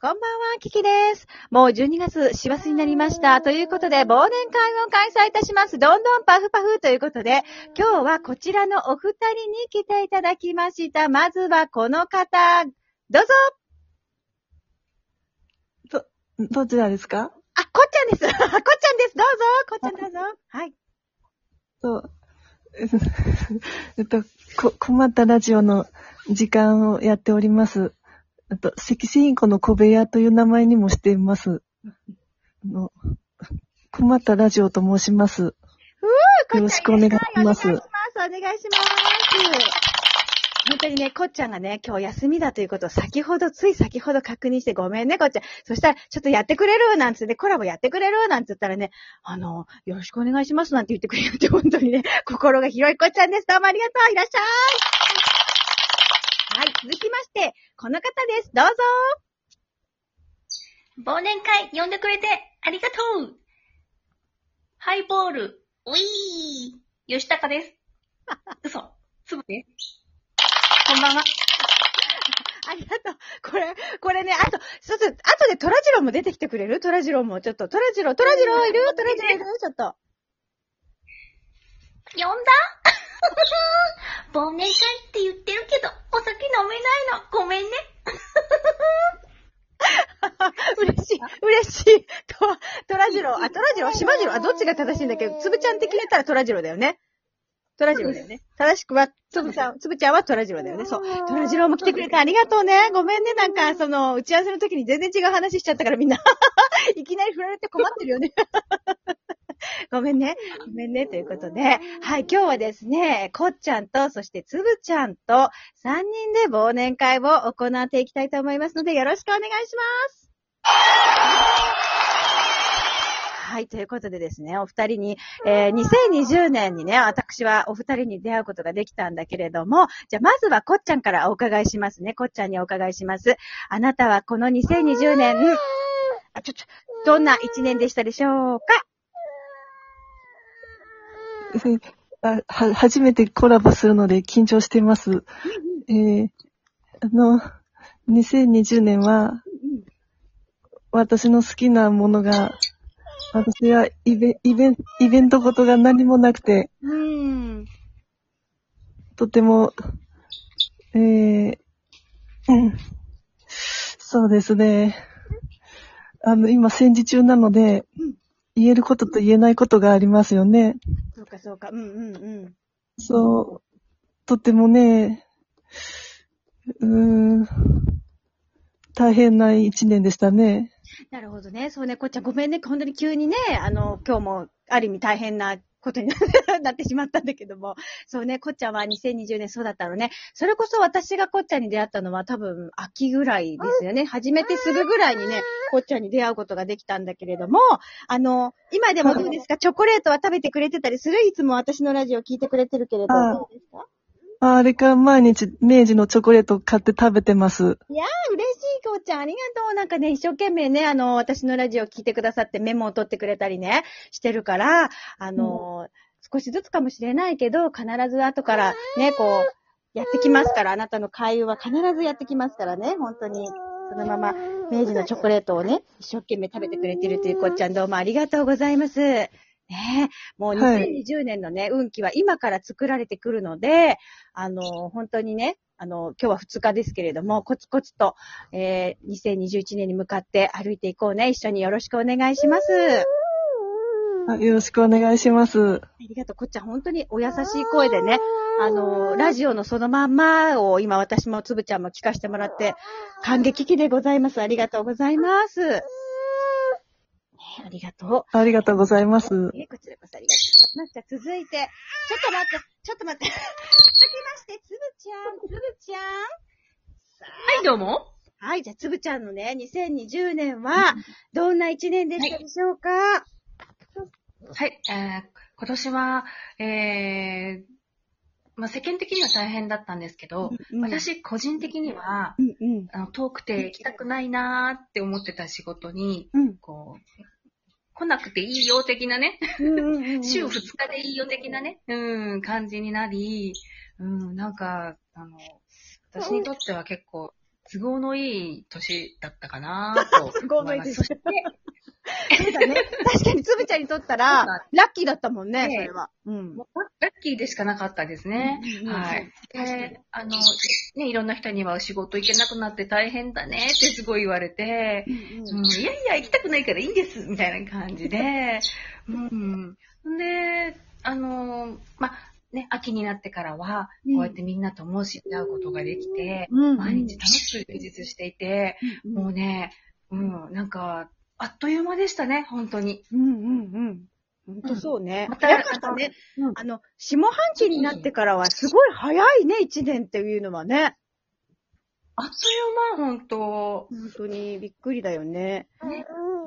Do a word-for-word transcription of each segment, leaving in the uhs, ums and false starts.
こんばんは、キキです。もうじゅうにがつ、師走になりました。ということで、忘年会を開催いたします。どんどんパフパフということで、今日はこちらのお二人に来ていただきました。まずはこの方、どうぞ。ど、どちらですか？ あ、こっちゃんです。こっちゃんです。どうぞ。こっちゃんどうぞ。はい。 そう。えっと、こ、困ったラジオの時間をやっております。あと、関市インコの小部屋という名前にもしています。あの、困ったラジオと申します。 うー、 よろしくお願いします。 お願いします。お願いします。本当にね、こっちゃんがね、今日休みだということを先ほど、つい先ほど確認してごめんね、こっちゃん。そしたら、ちょっとやってくれるなんつって、コラボやってくれるなんつったらね、あの、よろしくお願いしますなんて言ってくれるって、本当にね、心が広いこっちゃんです。どうもありがとう。いらっしゃい。はい、続きまして、この方です。どうぞ。 忘年会呼んでくれてありがとう。ハイボール、ウィー、吉高です。嘘、つぶね。こんばんは。 ありがとう。これ、これね、あと、そうそう、あとでトラジロも出てきてくれる？トラジロも、ちょっと、トラジロ、トラジロいる？トラジロいる？ちょっと。 呼んだ忘年会って言ってるけど、お酒飲めないの。ごめんね。 嬉しい、嬉しい。ト、トラジロ、あ、トラジロ、シマジロ、あ、どっちが正しいんだけど、つぶちゃん的に言ったらトラジロだよね。トラジロだよね。正しくは、つぶちゃん、つぶちゃんはトラジロだよね。そう。トラジロも来てくれてありがとうね。ごめんね。なんか、その、打ち合わせの時に全然違う話しちゃったからみんな。いきなり振られて困ってるよね。ごめんね。ごめんね。ということで、はい、今日はですね、こっちゃんと、そしてつぶちゃんと、さんにんで忘年会を行っていきたいと思いますので、よろしくお願いします。はい、ということでですね、お二人に、えー、にせんにじゅうねんにね、私はお二人に出会うことができたんだけれども、じゃあまずはこっちゃんからお伺いしますね。こっちゃんにお伺いします。あなたはこのにせんにじゅうねん、あ、ちょ、ちょ、どんな一年でしたでしょうか？ あは、初めてコラボするので緊張しています。えー、あの、にせんにじゅうねんは、私の好きなものが、私はイベ、イベン、イベントごとが何もなくて、 うん。 とても、えー、うん、そうですね。あの、今戦時中なので、 うん、 言えることと言えないことがありますよね。 そうかそうか。うんうんうん。 そう、とてもね、うーん、大変な一年でしたね。 なるほどね。そうね、こっちゃんごめんね。本当に急にね、あの、今日もある意味大変なことになってしまったんだけども。そうね、こっちゃんはにせんにじゅうねんそうだったのね。それこそ私がこっちゃんに出会ったのは多分秋ぐらいですよね。始めてすぐぐらいにね、こっちゃんに出会うことができたんだけれども、あの、今でもどうですか？チョコレートは食べてくれてたりする？いつも私のラジオ聞いてくれてるけれど。 あどうですか？ あれから毎日明治のチョコレートを買って食べてます。 いやー、嬉しい、こうちゃん。ありがとう。なんかね、一生懸命ね、あの、私のラジオ聞いてくださってメモを取ってくれたりね、してるから、あの、うん、少しずつかもしれないけど、必ず後からね、こう、やってきますから、あなたの開運は必ずやってきますからね、本当に。そのまま、明治のチョコレートをね、一生懸命食べてくれてるというこっちゃん、どうもありがとうございます。ねえ、もうにせんにじゅうねんのね、はい、運気は今から作られてくるので、あの、本当にね、あの、今日はふつかですけれども、コツコツと、えー、にせんにじゅういちねんに向かって歩いていこうね。一緒によろしくお願いします。 あ、よろしくお願いします。 ありがとう。こっちゃん、本当にお優しい声でね、あの、ラジオのそのまんまを今私もつぶちゃんも聞かせてもらって、感激期でございます。ありがとうございます。ありがとう。ありがとうございます。 え、こちらこそありがとうございます。じゃあ続いて、ちょっと待って、ちょっと待って。続きまして、つぶちゃん、つぶちゃん。 はい、どうも。 はい、じゃあつぶちゃんのね、にせんにじゅうねんは、どんな一年でしたでしょうか？はい、はい、えー、今年は、えー、まあ、世間的には大変だったんですけど、うんうん、私個人的には、うんうん、あの遠くて行きたくないなーって思ってた仕事に、うん、こう、来なくていいよ的なね、うんうんうん、週ふつかでいいよ的なね、うん、感じになり、うん、なんか、あの、私にとっては結構都合のいい年だったかなと都合のいい年。 そして、 そうだね。確かにつぶちゃんにとったら、ラッキーだったもんね、 ねそれは。うん。 ラッキーでしかなかったですね。 うんうんうん、 はい。で、あの、ね、いろんな人には仕事行けなくなって大変だねってすごい言われて、うんうん、いやいや行きたくないからいいんです、みたいな感じで、うん。で、あの、ま、ね、秋になってからは、こうやってみんなとも知り合うことができて、うん、毎日楽しく充実していて、うんうん、もうね、うん、なんか、あっという間でしたね、本当に。 うんうんうん。本当そうね。また、早かったね。うん、あの、下半期になってからはすごい早いね、一年っていうのはね。 あっという間、本当。 本当にびっくりだよね。ね。うん。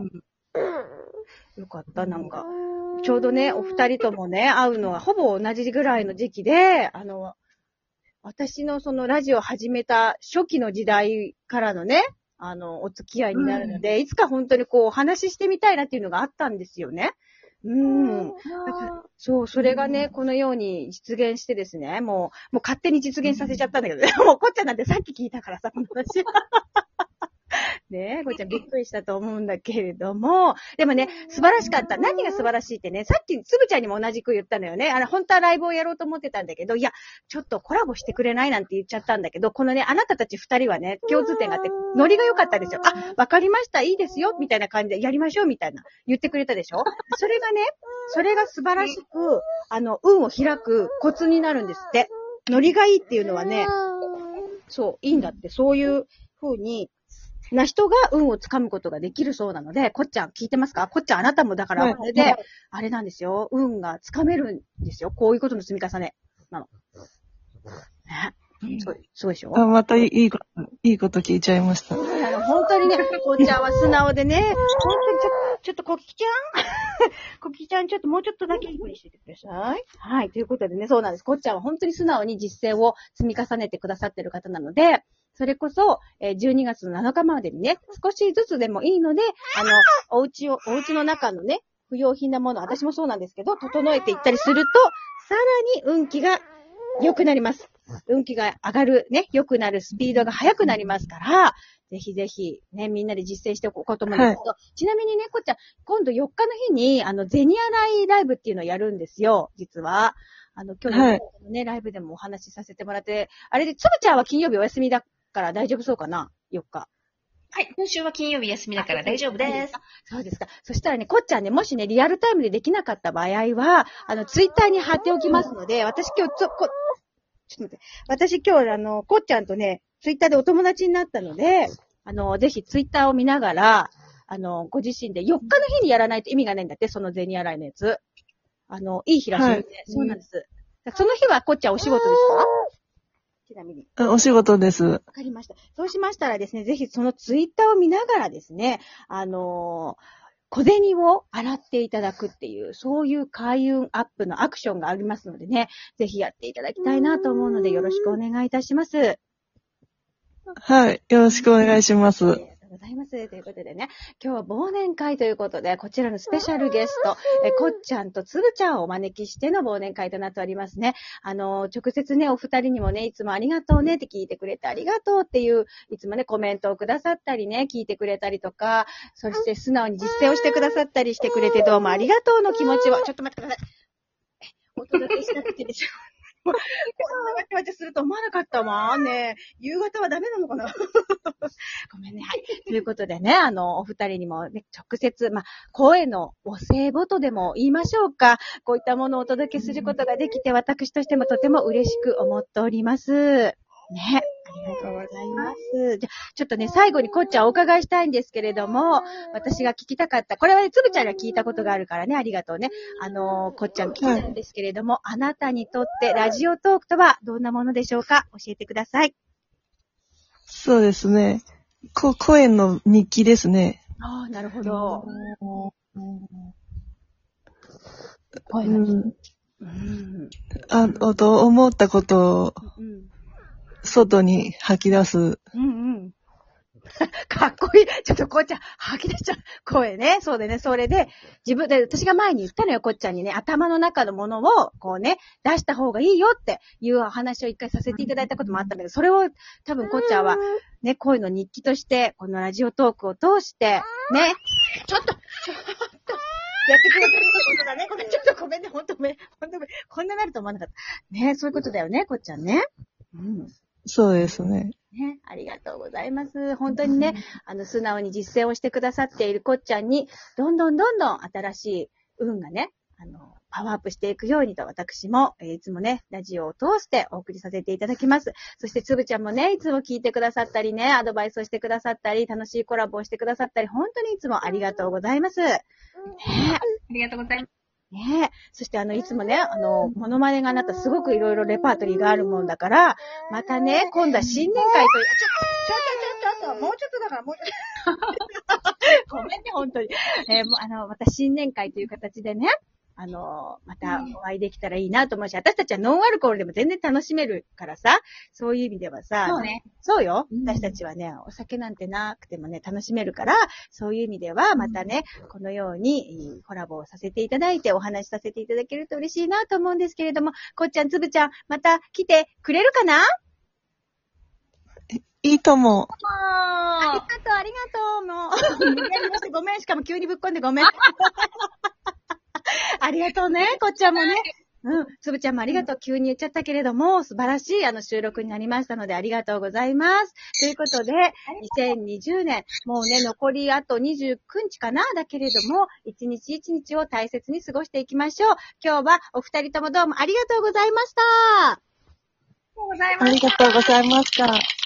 よかった、なんか。ちょうどね、お二人ともね、会うのはほぼ同じぐらいの時期で、あの、私のそのラジオを始めた初期の時代からのね、あの、お付き合いになるので、うん、いつか本当にこう、お話ししてみたいなっていうのがあったんですよね。うん。そう、それがね、このように実現してですね、もう、もう勝手に実現させちゃったんだけど、ね、もうこっちゃんなんてさっき聞いたからさ、この話。ねえ、こっちゃんびっくりしたと思うんだけれども、でもね、素晴らしかった。何が素晴らしいってね、さっきつぶちゃんにも同じく言ったのよね。あの、本当はライブをやろうと思ってたんだけど、いや、ちょっとコラボしてくれないなんて言っちゃったんだけど、このね、あなたたち二人はね、共通点があって、ノリが良かったんですよ。あ、わかりました、いいですよ、みたいな感じでやりましょう、みたいな言ってくれたでしょ。それがね、それが素晴らしく、あの、運を開くコツになるんですって。ノリがいいっていうのはね、そう、いいんだって、そういう風に、な人が運をつかむことができるそうなので、こっちゃん聞いてますか？こっちゃんあなたもだから、これで、はい、あれなんですよ。運がつかめるんですよ。こういうことの積み重ねなの。ね。すごい、すごいでしょ？ あ、またいいこと、いいこと聞いちゃいました。 本当にね、こっちゃんは素直でね、本当にちょ、ちょっとこきちゃんこきちゃんちょっともうちょっとだけゆっくりしててください。はい。ということでね、そうなんです。こっちゃんは本当に素直に実践を積み重ねてくださってる方なので、それこそ、じゅうにがつのなのかまでにね、少しずつでもいいので、あの、お家を、お家の中のね、不要品なもの、私もそうなんですけど、整えていったりすると、さらに運気が良くなります。運気が上がる、ね、良くなるスピードが速くなりますから、ぜひぜひ、ね、みんなで実践しておこうと思うんですけど、はい、ちなみにね、こっちゃん、今度よっかの日に、あの、銭洗いライブっていうのをやるんですよ、実は。あの、今日のね、はい、ライブでもお話しさせてもらって、あれで、つぶちゃんは金曜日お休みだから大丈夫そうかな？よっか。 はい、今週は金曜日休みだから大丈夫です。 そうですか。そしたらね、こっちゃんね、もしね、リアルタイムでできなかった場合は、あの、ツイッターに貼っておきますので、私今日つ、こ、ちょっと待って。私今日、あの、こっちゃんとね、ツイッターでお友達になったので、あの、ぜひツイッターを見ながら、あの、ご自身でよっかの日にやらないと意味がないんだって、その銭洗いのやつ。あの、いい日らしいんで、はい、そうなんです。その日はこっちゃんお仕事ですか？ちなみに。 お仕事です。 わかりました。そうしましたらですね、ぜひそのツイッターを見ながらですね、あのー、小銭を洗っていただくっていう、そういう開運アップのアクションがありますのでね、ぜひやっていただきたいなと思うので、よろしくお願いいたします。 はい、よろしくお願いします。 ありがとうございます。ということでね、今日は忘年会ということで、こちらのスペシャルゲスト、えこっちゃんとつぶちゃんをお招きしての忘年会となっておりますね。あの、直接ね、お二人にもね、いつもありがとうねって聞いてくれてありがとうっていう、いつもね、コメントをくださったりね、聞いてくれたりとか、そして素直に実践をしてくださったりしてくれて、どうもありがとうの気持ちを、ちょっと待ってください。お届けしなくてでしょ。こんなわちゃわちゃすると思わなかったわ。ねえ、夕方はダメなのかなごめんね。はい。ということでね、あの、お二人にも、ね、直接、まあ、声のお歳暮とでも言いましょうか。こういったものをお届けすることができて、私としてもとても嬉しく思っております。ね。ありがとうございます。じゃ、ちょっとね、最後にこっちゃんお伺いしたいんですけれども、私が聞きたかった。これはね、つぶちゃんが聞いたことがあるからね、ありがとうね。あのー、こっちゃん聞きたいんですけれども、はい、あなたにとってラジオトークとはどんなものでしょうか？教えてください。 そうですね。こ、声の日記ですね。 ああ、なるほど。 声の日記。うん。あ、あと、思ったことを、うん、外に吐き出す。うんうん。 かっこいい。ちょっとこっちゃん、吐き出しちゃう。声ね。そうでね。それで、自分で、私が前に言ったのよ、こっちゃんにね。頭の中のものを、こうね、出した方がいいよっていうお話を一回させていただいたこともあったんだけど、それを多分こっちゃんは、ね、声の日記として、このラジオトークを通して、ね、ちょっと、ちょっと、やってくれてるってことだね。ごめん、ちょっとごめんね。ほんとごめん。ほんとごめん。こんななると思わなかった。ね、そういうことだよね、こっちゃんね。うん。 そうですね。 ね、ありがとうございます。本当にね、あの、素直に実践をしてくださっているこっちゃんに、どんどんどんどん新しい運がね、あの、パワーアップしていくようにと、私も、えーいつもね、ラジオを通してお送りさせていただきます。そして、つぶちゃんもね、いつも聞いてくださったりね、アドバイスをしてくださったり、楽しいコラボをしてくださったり、本当にいつもありがとうございます。ね、 ありがとうございます。 ねえ。そしてあの、いつもね、あの、モノマネがあなたすごくいろいろレパートリーがあるもんだから、またね、今度は新年会という、ちょ、ちょ、ちょ、ちょ、ちょっと、もうちょっとだから、もうちょっと。ごめんね、本当に。えーもうあの、また新年会という形でね、あの、またお会いできたらいいなと思うし、私たちはノンアルコールでも全然楽しめるからさ、そういう意味ではさ、 そうね。 そうよ。 うん私たちはね、お酒なんてなくてもね、楽しめるから、そういう意味では、またね、このようにえーコラボをさせていただいて、お話しさせていただけると嬉しいなと思うんですけれども、こっちゃん、つぶちゃん、また来てくれるかな？ いいとも。 ありがとう、ありがとう、もう。無理やり出してごめん、しかも急にぶっこんでごめん。ありがとうね、こっちゃんもね。うん。つぶちゃんもありがとう。急に言っちゃったけれども、素晴らしいあの収録になりましたのでありがとうございます。ということで、にせんにじゅうねん、もうね、残りあとにじゅうくにちかなだけれども、一日一日を大切に過ごしていきましょう。今日はお二人ともどうもありがとうございました。 ありがとうございます。 ありがとうございました。